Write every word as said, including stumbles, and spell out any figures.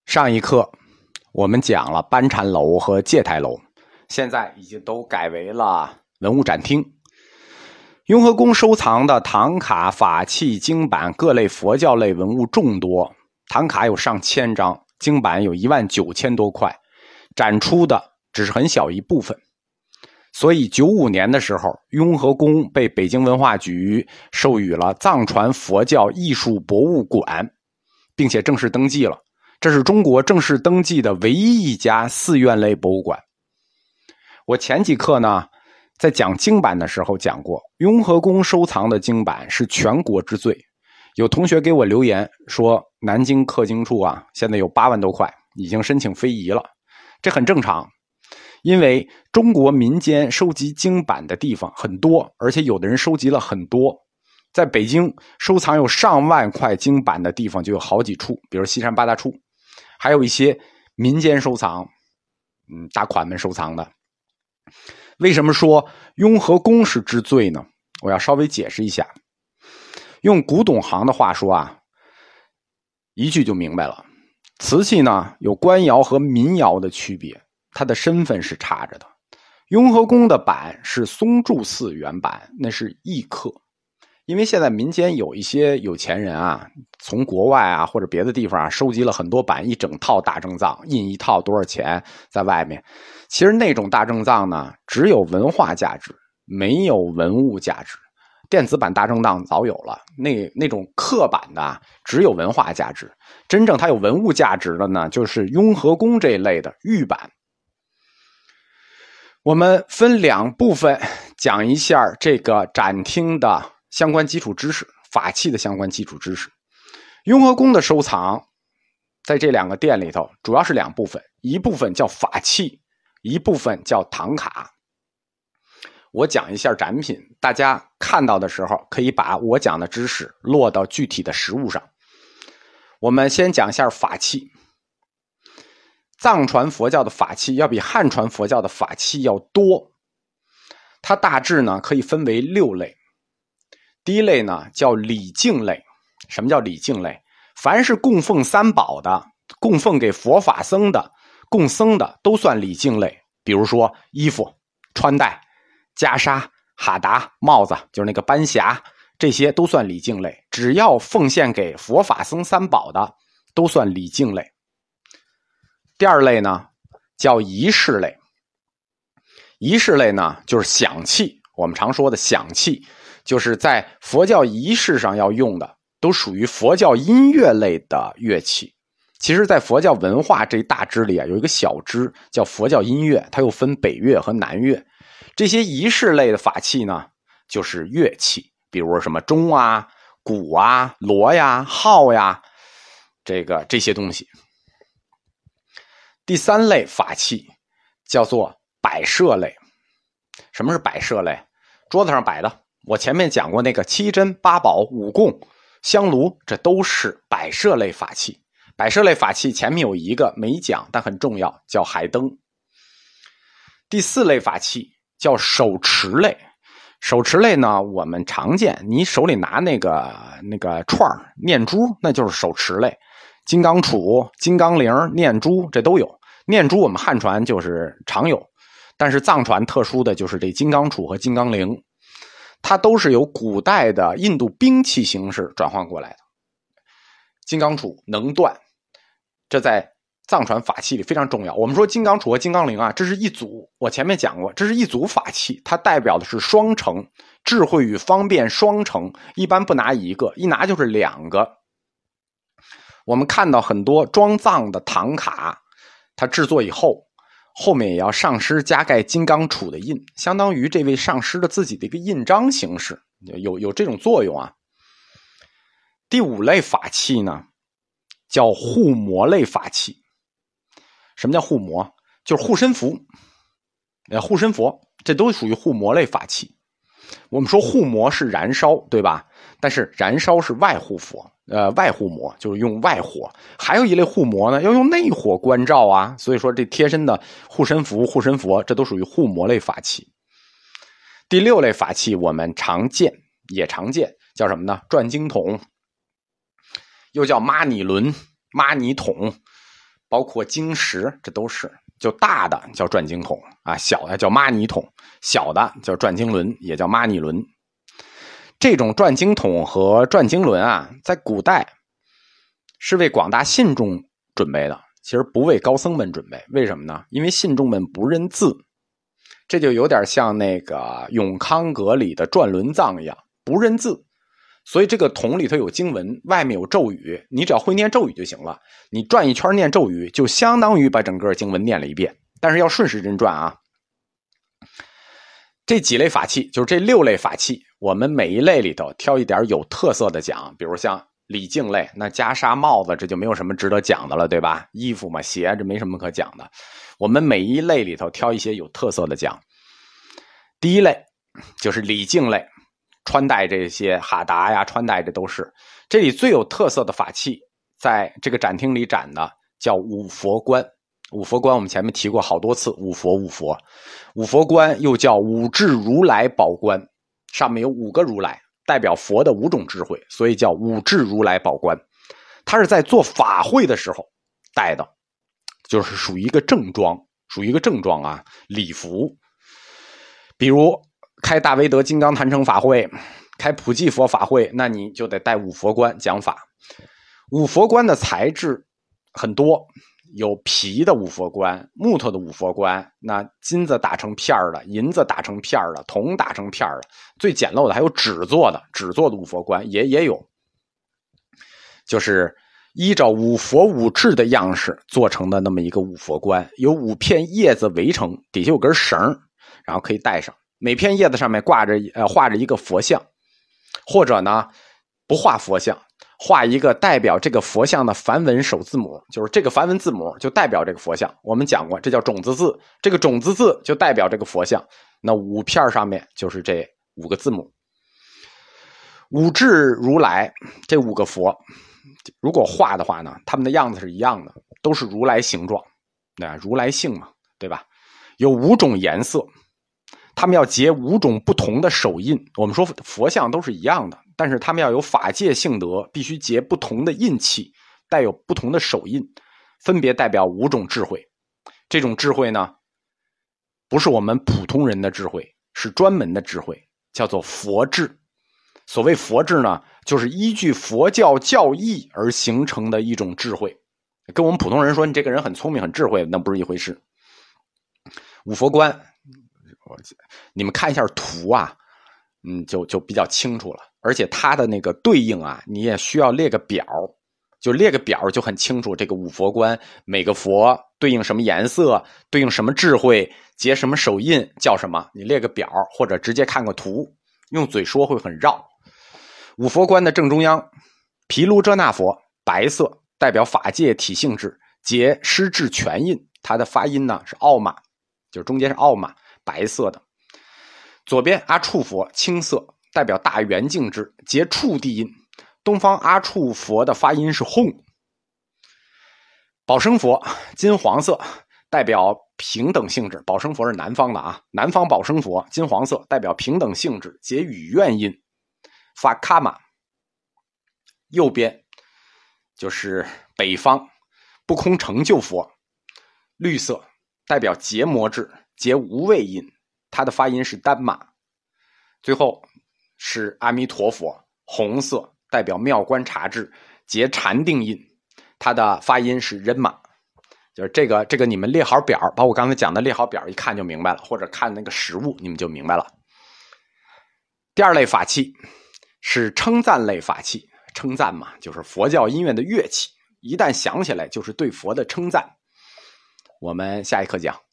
上一课我们讲了班禅楼和戒台楼，现在已经都改为了文物展厅。雍和宫收藏的唐卡、法器、经版各类佛教类文物众多，唐卡有上千张，经版有一万九千多块，展出的只是很小一部分。所以九五年的时候，雍和宫被北京文化局授予了藏传佛教艺术博物馆，并且正式登记了。这是中国正式登记的唯一一家寺院类博物馆。我前几课呢，在讲经版的时候讲过，雍和宫收藏的经版是全国之最。有同学给我留言说，南京刻经处啊，现在有八万多块，已经申请非遗了。这很正常，因为中国民间收集经版的地方很多，而且有的人收集了很多。在北京收藏有上万块经版的地方就有好几处，比如西山八大处，还有一些民间收藏，嗯，大款们收藏的。为什么说雍和宫是之最呢？我要稍微解释一下。用古董行的话说啊，一句就明白了。瓷器呢，有官窑和民窑的区别，它的身份是差着的。雍和宫的版是松柱寺原版，那是异刻。因为现在民间有一些有钱人啊，从国外啊或者别的地方啊收集了很多版，一整套大正藏，印一套多少钱在外面。其实那种大正藏呢，只有文化价值，没有文物价值。电子版大正藏早有了，那那种刻版的只有文化价值。真正它有文物价值的呢，就是雍和宫这一类的玉版。我们分两部分讲一下这个展厅的相关基础知识，法器的相关基础知识。雍和宫的收藏在这两个店里头主要是两部分，一部分叫法器，一部分叫唐卡。我讲一下展品，大家看到的时候可以把我讲的知识落到具体的实物上。我们先讲一下法器。藏传佛教的法器要比汉传佛教的法器要多，它大致呢可以分为六类。第一类呢叫礼敬类。什么叫礼敬类？凡是供奉三宝的，供奉给佛法僧的，供僧的都算礼敬类。比如说衣服、穿戴、袈裟、哈达、帽子，就是那个班匣，这些都算礼敬类。只要奉献给佛法僧三宝的都算礼敬类。第二类呢叫仪式类。仪式类呢就是响器，我们常说的响器，就是在佛教仪式上要用的，都属于佛教音乐类的乐器。其实在佛教文化这一大支里啊，有一个小支叫佛教音乐，它又分北乐和南乐。这些仪式类的法器呢就是乐器，比如什么钟啊、鼓啊、锣呀、号呀，这个这些东西。第三类法器叫做摆设类。什么是摆设类？桌子上摆的，我前面讲过那个七珍八宝五供香炉，这都是摆设类法器。摆设类法器前面有一个没讲但很重要，叫海灯。第四类法器叫手持类。手持类呢我们常见，你手里拿那个那个串念珠，那就是手持类。金刚杵、金刚铃、念珠这都有。念珠我们汉传就是常有，但是藏传特殊的就是这金刚杵和金刚铃，它都是由古代的印度兵器形式转换过来的。金刚杵能断，这在藏传法器里非常重要。我们说金刚杵和金刚铃啊，这是一组，我前面讲过，这是一组法器，它代表的是双成，智慧与方便双成，一般不拿一个，一拿就是两个。我们看到很多装藏的唐卡，它制作以后后面也要上师加盖金刚杵的印，相当于这位上师的自己的一个印章形式，有有这种作用啊。第五类法器呢叫护摩类法器。什么叫护摩？就是护身符、呃护身佛，这都属于护摩类法器。我们说护摩是燃烧，对吧？但是燃烧是外护佛，呃，外护摩就是用外火。还有一类护摩呢，要用内火关照啊。所以说这贴身的护身符、护身佛，这都属于护摩类法器。第六类法器我们常见，也常见，叫什么呢？转经筒，又叫妈尼轮、妈尼筒、 包括经石，这都是。就大的叫转经筒啊，小的叫玛尼筒，小的叫转经轮，也叫玛尼轮。这种转经筒和转经轮啊，在古代是为广大信众准备的，其实不为高僧们准备。为什么呢？因为信众们不认字，这就有点像那个永康阁里的转轮藏一样，不认字。所以这个筒里头有经文，外面有咒语，你只要会念咒语就行了。你转一圈念咒语，就相当于把整个经文念了一遍，但是要顺时针转啊。这几类法器，就是这六类法器，我们每一类里头挑一点有特色的讲，比如像礼敬类，那袈裟帽子这就没有什么值得讲的了，对吧？衣服嘛，鞋这没什么可讲的。我们每一类里头挑一些有特色的讲。第一类就是礼敬类，穿戴这些哈达呀，穿戴这都是。这里最有特色的法器，在这个展厅里展的叫五佛冠。五佛冠我们前面提过好多次，五佛五佛。五佛冠又叫五智如来宝冠，上面有五个如来，代表佛的五种智慧，所以叫五智如来宝冠。它是在做法会的时候戴的，就是属于一个正装，属于一个正装啊，礼服。比如开大威德金刚坛城法会，开普济佛法会，那你就得戴五佛冠讲法。五佛冠的材质很多，有皮的五佛冠，木头的五佛冠，那金子打成片的，银子打成片的，铜打成片的，最简陋的还有纸做的，纸做的五佛冠也也有，就是依照五佛五智的样式做成的那么一个五佛冠，有五片叶子围成，底下有根绳，然后可以戴上。每片叶子上面挂着呃画着一个佛像，或者呢不画佛像，画一个代表这个佛像的梵文首字母，就是这个梵文字母就代表这个佛像。我们讲过，这叫种子字，这个种子字就代表这个佛像。那五片上面就是这五个字母。五智如来这五个佛，如果画的话呢，他们的样子是一样的，都是如来形状，那如来性嘛，对吧？有五种颜色。他们要结五种不同的手印，我们说佛像都是一样的，但是他们要有法界性德，必须结不同的印器，带有不同的手印，分别代表五种智慧。这种智慧呢，不是我们普通人的智慧，是专门的智慧，叫做佛智。所谓佛智呢，就是依据佛教教义而形成的一种智慧，跟我们普通人说你这个人很聪明很智慧，那不是一回事。五佛冠你们看一下图啊，嗯，就就比较清楚了。而且它的那个对应啊，你也需要列个表，就列个表就很清楚。这个五佛冠每个佛对应什么颜色，对应什么智慧，结什么手印，叫什么？你列个表，或者直接看个图，用嘴说会很绕。五佛冠的正中央，毗卢遮那佛，白色，代表法界体性质，结施智全印。它的发音呢是奥玛，就是中间是奥玛。白色的。左边阿处佛青色，代表大圆净智，结处地音。东方阿处佛的发音是轰。宝生佛金黄色，代表平等性质，宝生佛是南方的啊，南方宝生佛金黄色，代表平等性质，结语愿音。发卡玛。右边就是北方不空成就佛，绿色，代表结魔智，结无畏音，它的发音是丹玛。最后是阿弥陀佛，红色，代表妙观察智，结禅定音，它的发音是人玛。就是这个这个你们列好表，把我刚才讲的列好表，一看就明白了，或者看那个实物你们就明白了。第二类法器是称赞类法器，称赞嘛，就是佛教音乐的乐器，一旦响起来就是对佛的称赞。我们下一课讲。